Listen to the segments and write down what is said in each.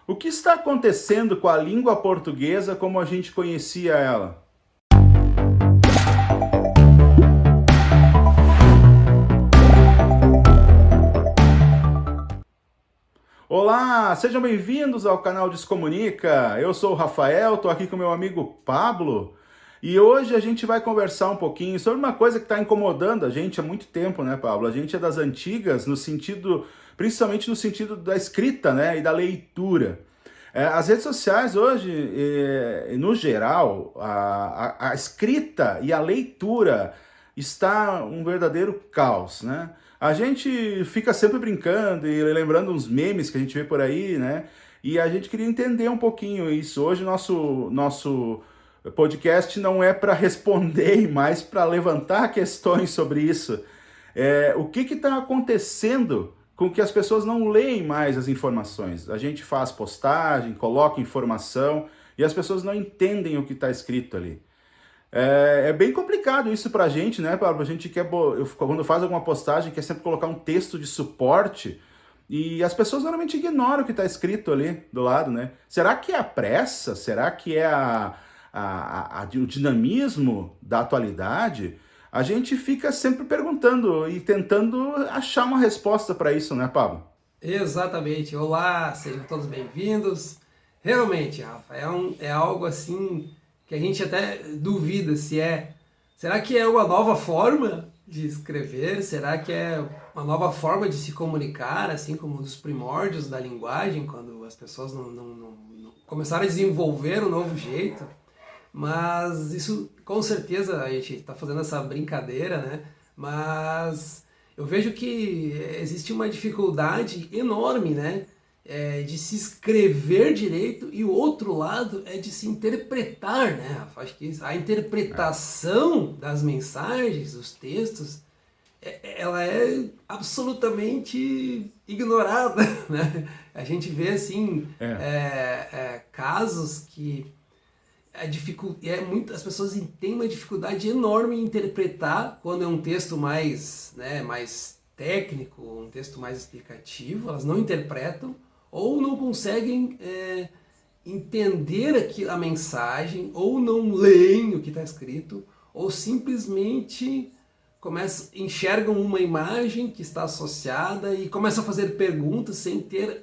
O que está acontecendo com a língua portuguesa como a gente conhecia ela? Olá, sejam bem-vindos ao canal Descomunica. Eu sou o Rafael, estou aqui com meu amigo Pablo e hoje a gente vai conversar um pouquinho sobre uma coisa que está incomodando a gente há muito tempo, né, Pablo? A gente é das antigas no sentido, principalmente no sentido da escrita, né, e da leitura. As redes sociais hoje, no geral, a escrita e a leitura está um verdadeiro caos, né? A gente fica sempre brincando e lembrando uns memes que a gente vê por aí, né? E a gente queria entender um pouquinho isso. Hoje nosso podcast não é para responder, mas para levantar questões sobre isso. O que está acontecendo com que as pessoas não leem mais as informações? A gente faz postagem, coloca informação e as pessoas não entendem o que está escrito ali. É bem complicado isso pra gente, né, Pablo? A gente quer, quando faz alguma postagem, quer sempre colocar um texto de suporte e as pessoas normalmente ignoram o que está escrito ali do lado, né? Será que é a pressa? Será que é o dinamismo da atualidade? A gente fica sempre perguntando e tentando achar uma resposta para isso, né, Pablo? Exatamente. Olá, sejam todos bem-vindos. Realmente, Rafa, é algo assim que a gente até duvida se é. Será que é uma nova forma de escrever? Será que é uma nova forma de se comunicar, assim como dos primórdios da linguagem, quando as pessoas não começaram a desenvolver um novo jeito? Mas isso, com certeza, a gente está fazendo essa brincadeira, né? Mas eu vejo que existe uma dificuldade enorme, né? De se escrever direito e o outro lado é de se interpretar, né, Rafa? Acho que a interpretação das mensagens, dos textos, ela é absolutamente ignorada, né? A gente vê, assim, casos que as pessoas têm uma dificuldade enorme em interpretar quando é um texto mais, né, mais técnico, um texto mais explicativo, elas não interpretam ou não conseguem entender a mensagem, ou não leem o que está escrito, ou simplesmente enxergam uma imagem que está associada e começam a fazer perguntas sem ter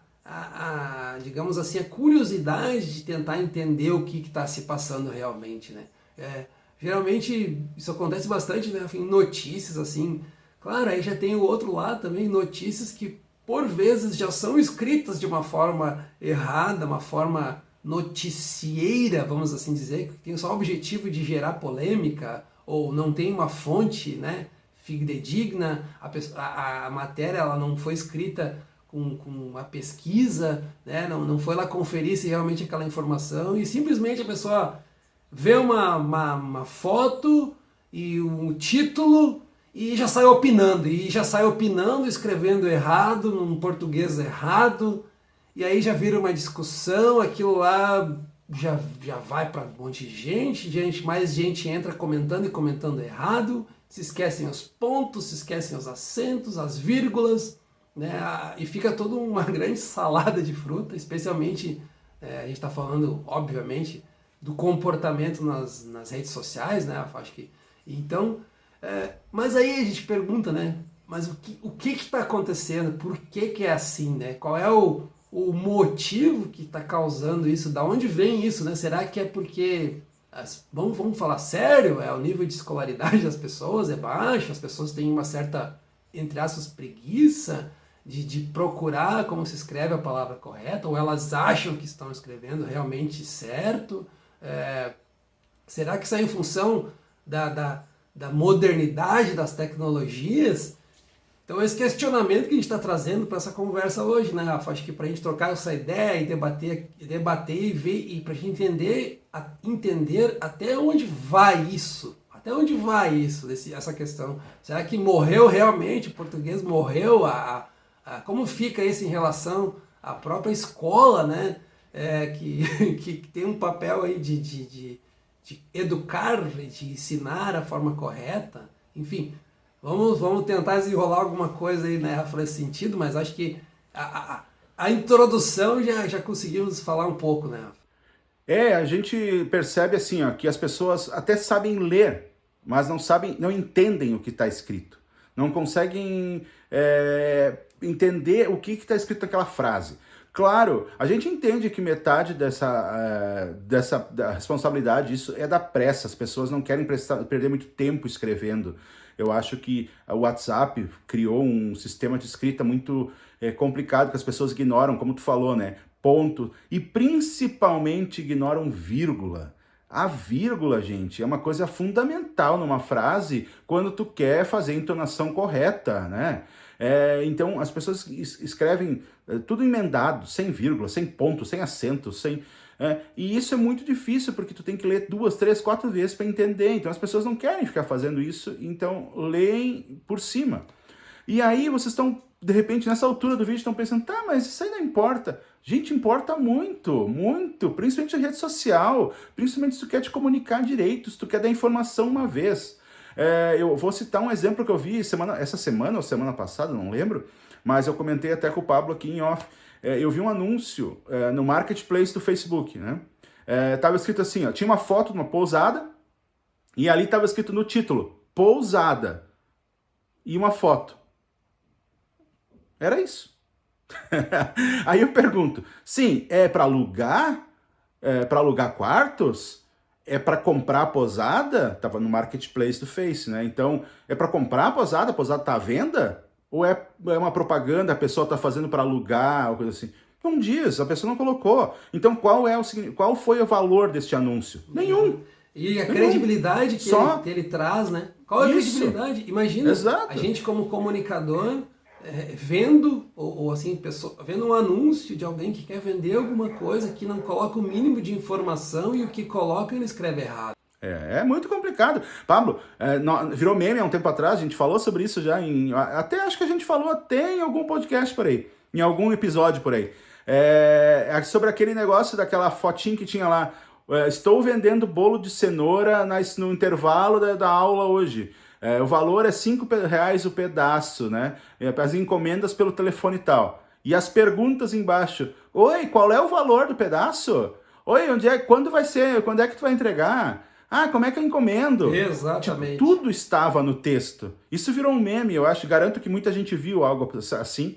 digamos assim, a curiosidade de tentar entender o que está se passando realmente, né? Geralmente isso acontece bastante, né, em notícias, assim. Claro, aí já tem o outro lado também, notícias que por vezes já são escritas de uma forma errada, uma forma noticieira, vamos assim dizer, que tem só o objetivo de gerar polêmica, ou não tem uma fonte, né, fidedigna, a matéria ela não foi escrita com uma pesquisa, né, não foi lá conferir se realmente aquela informação, e simplesmente a pessoa vê uma foto e um título e já sai opinando, escrevendo errado, num português errado, e aí já vira uma discussão, aquilo lá já vai para um monte de gente, mais gente entra comentando e comentando errado, se esquecem os pontos, se esquecem os acentos, as vírgulas, né, e fica toda uma grande salada de fruta, especialmente, a gente está falando, obviamente, do comportamento nas redes sociais, né, acho que, então, mas aí a gente pergunta, né, mas o que está acontecendo, por que é assim, né, qual é o motivo que está causando isso, da onde vem isso, né, será que é porque, vamos falar sério, o nível de escolaridade das pessoas é baixo, as pessoas têm uma certa, entre aspas, preguiça de procurar como se escreve a palavra correta, ou elas acham que estão escrevendo realmente certo, será que isso é em função da modernidade das tecnologias? Então esse questionamento que a gente está trazendo para essa conversa hoje, né, Rafa? Acho que para a gente trocar essa ideia e debater e ver, e para a gente entender até onde vai isso, essa questão. Será que morreu realmente, o português morreu? Como fica isso em relação à própria escola, né? Que tem um papel aí de educar, de ensinar a forma correta, enfim, vamos tentar desenrolar alguma coisa aí, né, Rafa, nesse sentido, mas acho que a introdução já conseguimos falar um pouco, né? A gente percebe assim, ó, que as pessoas até sabem ler, mas não entendem o que está escrito. Não conseguem entender o que está escrito naquela frase. Claro, a gente entende que metade da responsabilidade, isso é da pressa. As pessoas não querem perder muito tempo escrevendo. Eu acho que o WhatsApp criou um sistema de escrita muito complicado, que as pessoas ignoram, como tu falou, né? Ponto. E principalmente ignoram vírgula. A vírgula, gente, é uma coisa fundamental numa frase quando tu quer fazer a entonação correta, né? Então, as pessoas escrevem tudo emendado, sem vírgula, sem ponto, sem acento, e isso é muito difícil, porque tu tem que ler 2, 3, 4 vezes para entender. Então, as pessoas não querem ficar fazendo isso, então leem por cima. E aí, vocês estão, de repente, nessa altura do vídeo, estão pensando, tá, mas isso aí não importa. Gente, importa muito, muito, principalmente a rede social, principalmente se tu quer te comunicar direito, se tu quer dar informação uma vez. Eu vou citar um exemplo que eu vi essa semana ou semana passada, não lembro, mas eu comentei até com o Pablo aqui em off. Eu vi um anúncio no Marketplace do Facebook, né? Tava escrito assim, ó, tinha uma foto de uma pousada e ali estava escrito no título, pousada, e uma foto. Era isso. Aí eu pergunto, sim, é para alugar? É para alugar quartos? É para comprar a posada? Tava no Marketplace do Face, né? Então, é para comprar a posada tá à venda? Ou é uma propaganda, a pessoa tá fazendo para alugar, ou coisa assim? Não diz, a pessoa não colocou. Então, qual foi o valor deste anúncio? Nenhum. E a credibilidade que ele traz, né? Qual é a credibilidade? Imagina, a gente como comunicador vendo, ou assim, vendo um anúncio de alguém que quer vender alguma coisa, que não coloca o mínimo de informação e o que coloca ele escreve errado. É muito complicado. Pablo, virou meme há um tempo atrás, a gente falou sobre isso já até acho que a gente falou até em algum podcast por aí, em algum episódio por aí. Sobre aquele negócio daquela fotinha que tinha lá, estou vendendo bolo de cenoura no intervalo da aula hoje. O valor é R$5 o pedaço, né? As encomendas pelo telefone e tal. E as perguntas embaixo. Oi, qual é o valor do pedaço? Oi, quando vai ser? Quando é que tu vai entregar? Ah, como é que eu encomendo? Exatamente. Tipo, tudo estava no texto. Isso virou um meme, eu acho. Garanto que muita gente viu algo assim.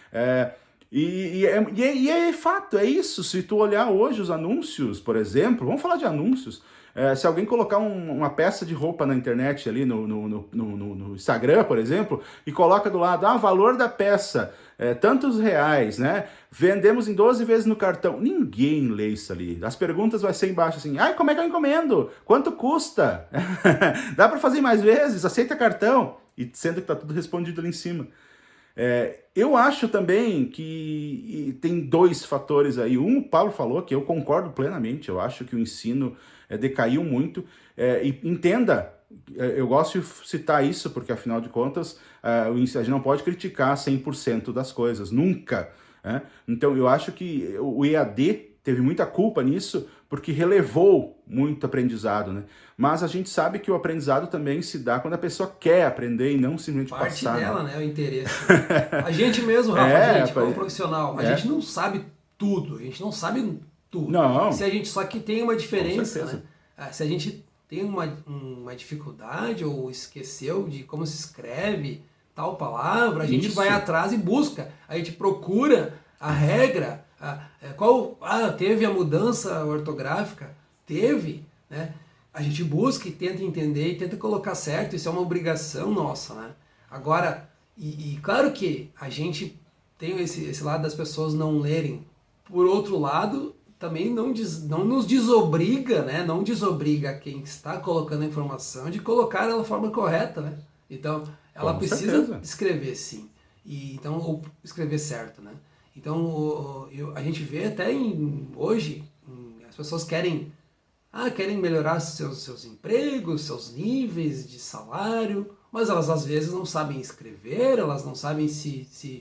E é fato, é isso. Se tu olhar hoje os anúncios, por exemplo, vamos falar de anúncios. Se alguém colocar uma peça de roupa na internet ali no Instagram, por exemplo, e coloca do lado, valor da peça, tantos reais, né? Vendemos em 12 vezes no cartão. Ninguém lê isso ali. As perguntas vai ser embaixo assim, como é que eu encomendo? Quanto custa? Dá para fazer mais vezes? Aceita cartão? E sendo que tá tudo respondido ali em cima. Eu acho também que tem dois fatores aí. O Paulo falou, que eu concordo plenamente. Eu acho que o ensino decaiu muito. E entenda, eu gosto de citar isso, porque afinal de contas, a gente não pode criticar 100% das coisas, nunca. Então eu acho que o EAD teve muita culpa nisso, porque relevou muito aprendizado, né? Mas a gente sabe que o aprendizado também se dá quando a pessoa quer aprender e não simplesmente passar. Parte dela, né? O interesse. A gente mesmo, Rafa, como profissional, a gente não sabe tudo, a gente não sabe tudo. Não. Só que tem uma diferença, né? Se a gente tem uma dificuldade ou esqueceu de como se escreve tal palavra, a gente vai atrás e busca. A gente procura a regra, teve a mudança ortográfica? Teve, né? A gente busca e tenta entender e tenta colocar certo, isso é uma obrigação nossa, né? Agora, e claro que a gente tem esse lado das pessoas não lerem. Por outro lado, também não nos desobriga, né? Não desobriga quem está colocando a informação de colocar ela da forma correta, né? Então, ela precisa escrever sim, ou escrever certo, né? Então, a gente vê até hoje, as pessoas querem melhorar seus empregos, seus níveis de salário, mas elas às vezes não sabem escrever, elas não sabem se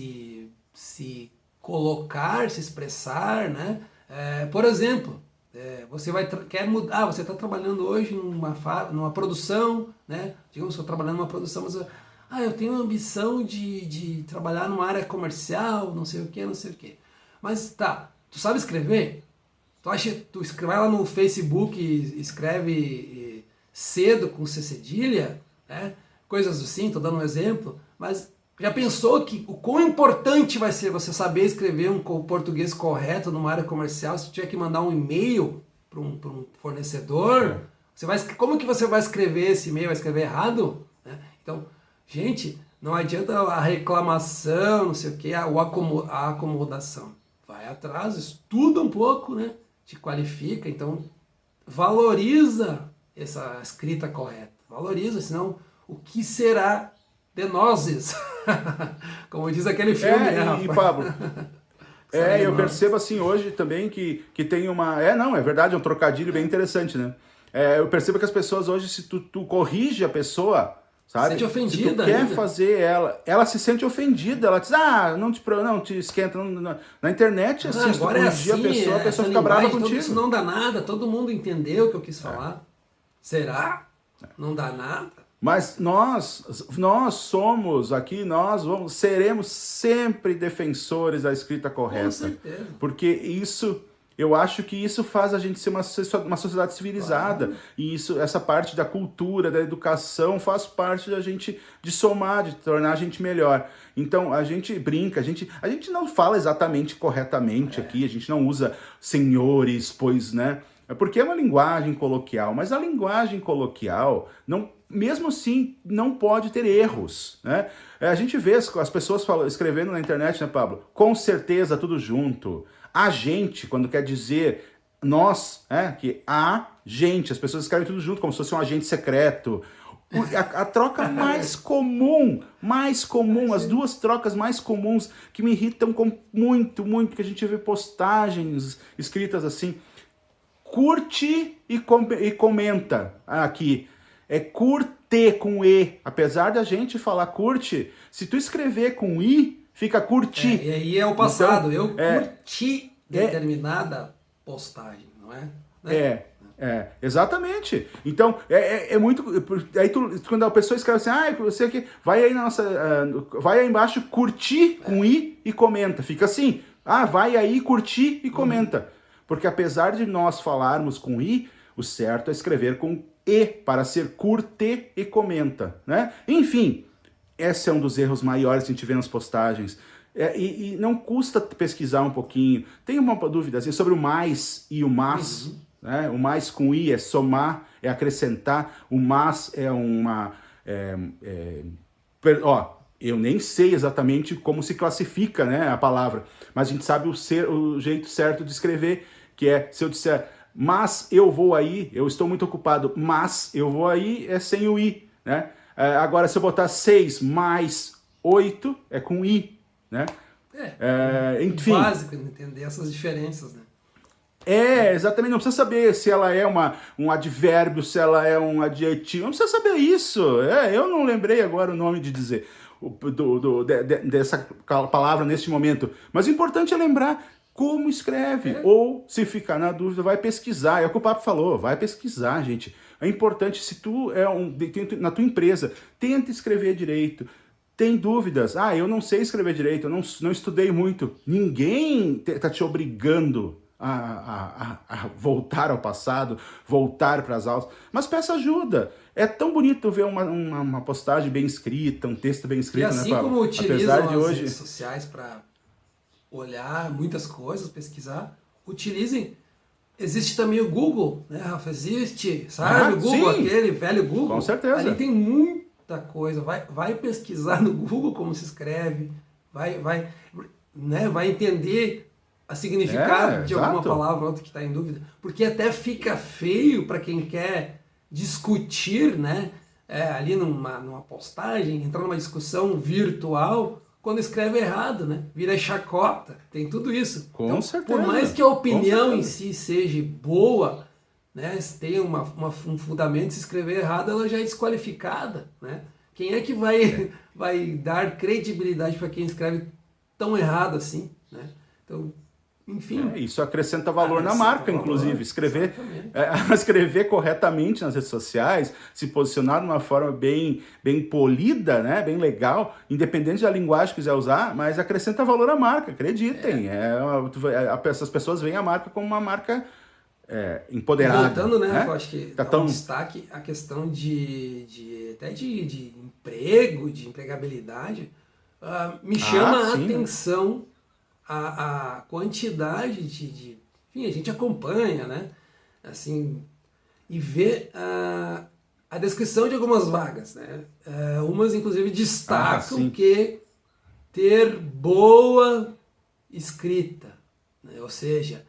colocar, se expressar, né? Por exemplo, você quer mudar, você está trabalhando hoje numa produção, né? Digamos que eu estou trabalhando numa produção, mas Ah, eu tenho ambição de trabalhar numa área comercial, não sei o que, não sei o que. Mas tá, tu sabe escrever? Tu vai lá no Facebook e escreve cedo com C cedilha, né? Coisas assim, tô dando um exemplo, mas já pensou que o quão importante vai ser você saber escrever um português correto numa área comercial se tiver que mandar um e-mail para um fornecedor? Como que você vai escrever esse e-mail? Vai escrever errado? Né? Então, gente, não adianta a reclamação, não sei o que, a acomodação. Vai atrás, estuda um pouco, né? Te qualifica, então valoriza essa escrita correta. Valoriza, senão o que será de nozes? Como diz aquele filme, né, Rafa? E Pablo, eu percebo assim hoje também que tem uma... não, é verdade, é um trocadilho bem interessante, né? Eu percebo que as pessoas hoje, se tu corrige a pessoa, sabe? Se sente ofendida. Se tu quer fazer ela se sente ofendida, ela diz, não te esquenta. Na internet, assim, se tu agora corrigir assim, a pessoa fica brava então contigo. isso não dá nada, todo mundo entendeu o que eu quis falar. Será? Não dá nada? Mas nós somos aqui, seremos sempre defensores da escrita correta. Com certeza. Porque eu acho que isso faz a gente ser uma sociedade civilizada. Claro. E essa parte da cultura, da educação, faz parte da gente, de somar, de tornar a gente melhor. Então, a gente brinca, a gente não fala exatamente corretamente aqui, a gente não usa senhores, pois, né? Porque é uma linguagem coloquial, mas a linguagem coloquial, mesmo assim, não pode ter erros, né? A gente vê as pessoas escrevendo na internet, né, Pablo? Com certeza, tudo junto. A gente, quando quer dizer nós, que a gente, as pessoas escrevem tudo junto, como se fosse um agente secreto. A troca mais comum, as duas trocas mais comuns que me irritam muito, muito, que a gente vê postagens escritas assim, curte e comenta aqui. É curte com E. Apesar da gente falar curte, se tu escrever com I, fica curtir. E aí é o passado. Então, eu curti determinada postagem, não é? Exatamente. Então, é muito... Aí quando a pessoa escreve assim, você aqui, vai aí embaixo, curtir com I e comenta. Fica assim, vai aí, curtir e comenta. Porque apesar de nós falarmos com I, o certo é escrever com E, para ser curte e comenta, né? Enfim, esse é um dos erros maiores que a gente vê nas postagens. E não custa pesquisar um pouquinho. Tem uma dúvida assim, sobre o mais e o mas. Né? O mais com I é somar, é acrescentar. O mas é uma... eu nem sei exatamente como se classifica, né, a palavra, mas a gente sabe o jeito certo de escrever, que é, se eu disser, mas eu vou aí, eu estou muito ocupado, mas eu vou aí, é sem o I, né? Agora, se eu botar 6 mais 8, é com I, né? Enfim. Básico entender essas diferenças, né? Exatamente, não precisa saber se ela é um advérbio, se ela é um adjetivo, não precisa saber isso. Eu não lembrei agora o nome de dizer dessa palavra neste momento, mas o importante é lembrar como escreve, ou se ficar na dúvida, vai pesquisar. É o que o Papo falou, vai pesquisar, gente. É importante, se tu na tua empresa, tenta escrever direito. Tem dúvidas? Eu não sei escrever direito, eu não estudei muito. Ninguém está te obrigando a voltar ao passado, voltar para as aulas, mas peça ajuda. É tão bonito ver uma postagem bem escrita, um texto bem escrito, e assim, né, Pablo? como utilizam as redes sociais para olhar muitas coisas, pesquisar, utilizem. Existe também o Google, né, Rafa? Existe, sabe? O Google, sim. Aquele velho Google. Com certeza. Ali tem muita coisa. Vai pesquisar no Google como se escreve, vai entender o significado de alguma palavra ou outra que está em dúvida. Porque até fica feio para quem quer discutir, né? Ali numa postagem, entrar numa discussão virtual, quando escreve errado, né? Vira chacota, tem tudo isso. Com certeza. Por mais que a opinião em si seja boa, né? Se tem um fundamento, se escrever errado, ela já é desqualificada, né? Quem é que vai dar credibilidade para quem escreve tão errado assim, né? Então, enfim. Isso acrescenta valor na Acrescenta marca, valor, inclusive. Escrever, exatamente. escrever corretamente nas redes sociais, se posicionar de uma forma bem polida, né? Bem legal, independente da linguagem que quiser usar, mas acrescenta valor à marca, acreditem. Essas pessoas veem a marca como uma marca empoderada. Voltando, né? Né? Eu acho que Tá dá tão... um destaque a questão até de emprego, de empregabilidade. Me chama a sim, atenção a quantidade enfim, a gente acompanha, né? Assim, e vê a descrição de algumas vagas, né? Umas, inclusive, destacam que ter boa escrita, né? Ou seja,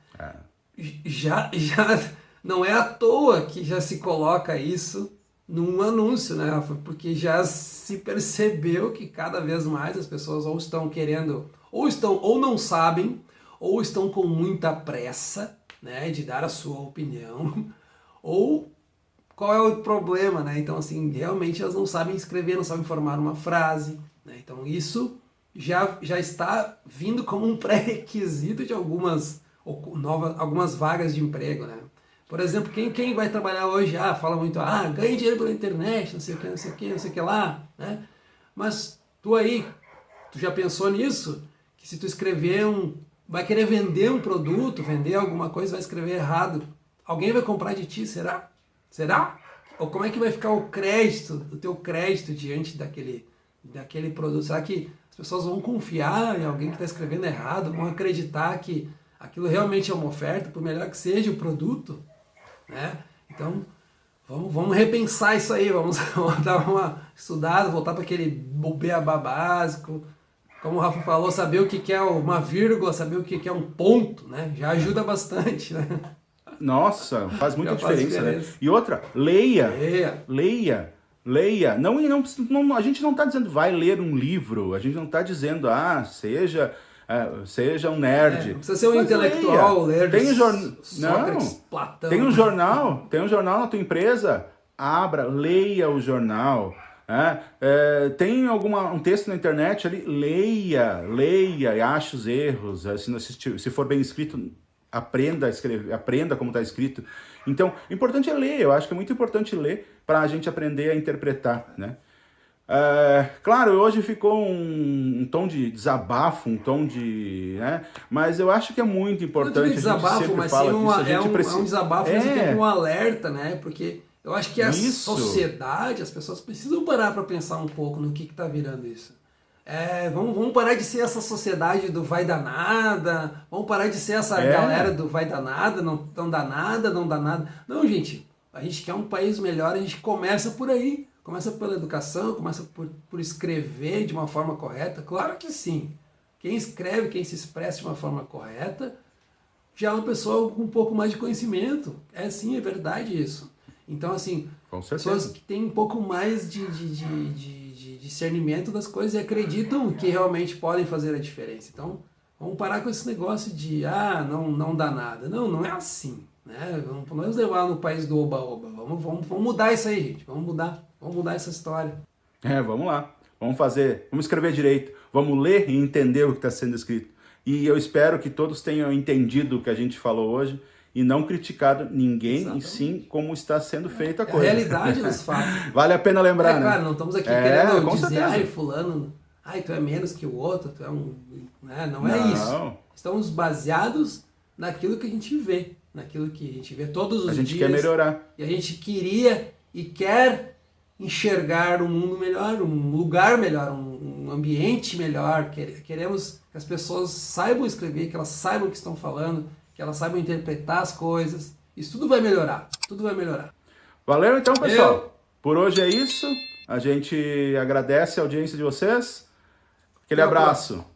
já não é à toa que já se coloca isso num anúncio, né, Rafa? Porque já se percebeu que cada vez mais as pessoas ou estão querendo, ou não sabem, ou estão com muita pressa, né, de dar a sua opinião, ou qual é o problema, né? Então, assim, realmente elas não sabem escrever, não sabem formar uma frase, né? Então, isso já está vindo como um pré-requisito de algumas vagas de emprego, né? Por exemplo, quem vai trabalhar hoje, fala muito, ganha dinheiro pela internet, não sei o que, não sei o que, não sei o que lá, né? Mas tu já pensou nisso? Que se tu escrever vai querer vender um produto, vender alguma coisa, vai escrever errado, alguém vai comprar de ti, será? Será? Ou como é que vai ficar o teu crédito diante daquele produto? Será que as pessoas vão confiar em alguém que está escrevendo errado, vão acreditar que aquilo realmente é uma oferta, por melhor que seja o produto, né? Então, vamos repensar isso aí, vamos dar uma estudada, voltar para aquele beabá básico, como o Rafa falou, saber o que é uma vírgula, saber o que é um ponto, né? Já ajuda bastante, né? Nossa, faz muita diferença, né? diferença. E outra, leia. Não, a gente não está dizendo vai ler um livro, a gente não está dizendo, seja um nerd. Não precisa ser um intelectual, ler Sócrates, Platão. Tem um jornal na tua empresa, leia o jornal. Tem um texto na internet ali, leia e ache os erros. Se for bem escrito, aprenda a escrever, aprenda como está escrito. Então, o importante é ler. Eu acho que é muito importante ler para a gente aprender a interpretar, né? Claro, hoje ficou um tom de desabafo, um tom de... né? Mas eu acho que é muito importante. Desabafo, mas sim é um desabafo, mas tem um alerta, né? Porque eu acho que a sociedade, as pessoas precisam parar para pensar um pouco no que está virando isso. Vamos parar de ser essa sociedade do vai dar nada, vamos parar de ser essa galera do vai dar nada, não dá nada, não dá nada. Não, gente, a gente quer um país melhor, a gente começa por aí. Começa pela educação, começa por escrever de uma forma correta. Claro que sim. Quem escreve, quem se expressa de uma forma correta, já é uma pessoa com um pouco mais de conhecimento. Sim, é verdade isso. Então, assim, pessoas que têm um pouco mais de discernimento das coisas e acreditam que realmente podem fazer a diferença. Então, vamos parar com esse negócio de, não dá nada. Não é assim. Né? Vamos levar no país do oba-oba. Vamos mudar isso aí, gente. Vamos mudar essa história. Vamos lá. Vamos escrever direito. Vamos ler e entender o que está sendo escrito. E eu espero que todos tenham entendido o que a gente falou hoje e não criticado ninguém, Exatamente. E sim como está sendo feita a coisa. A realidade dos fatos. Vale a pena lembrar, né? Claro, não estamos aqui querendo dizer, fulano, tu é menos que o outro, tu é um... Né? Não é isso. Estamos baseados naquilo que a gente vê. Naquilo que a gente vê todos os dias. A gente quer melhorar. E a gente queria e quer enxergar um mundo melhor, um lugar melhor, um ambiente melhor. Queremos que as pessoas saibam escrever, que elas saibam o que estão falando, que elas saibam interpretar as coisas. Isso tudo vai melhorar. Tudo vai melhorar. Valeu então, pessoal. Por hoje é isso. A gente agradece a audiência de vocês. Aquele abraço.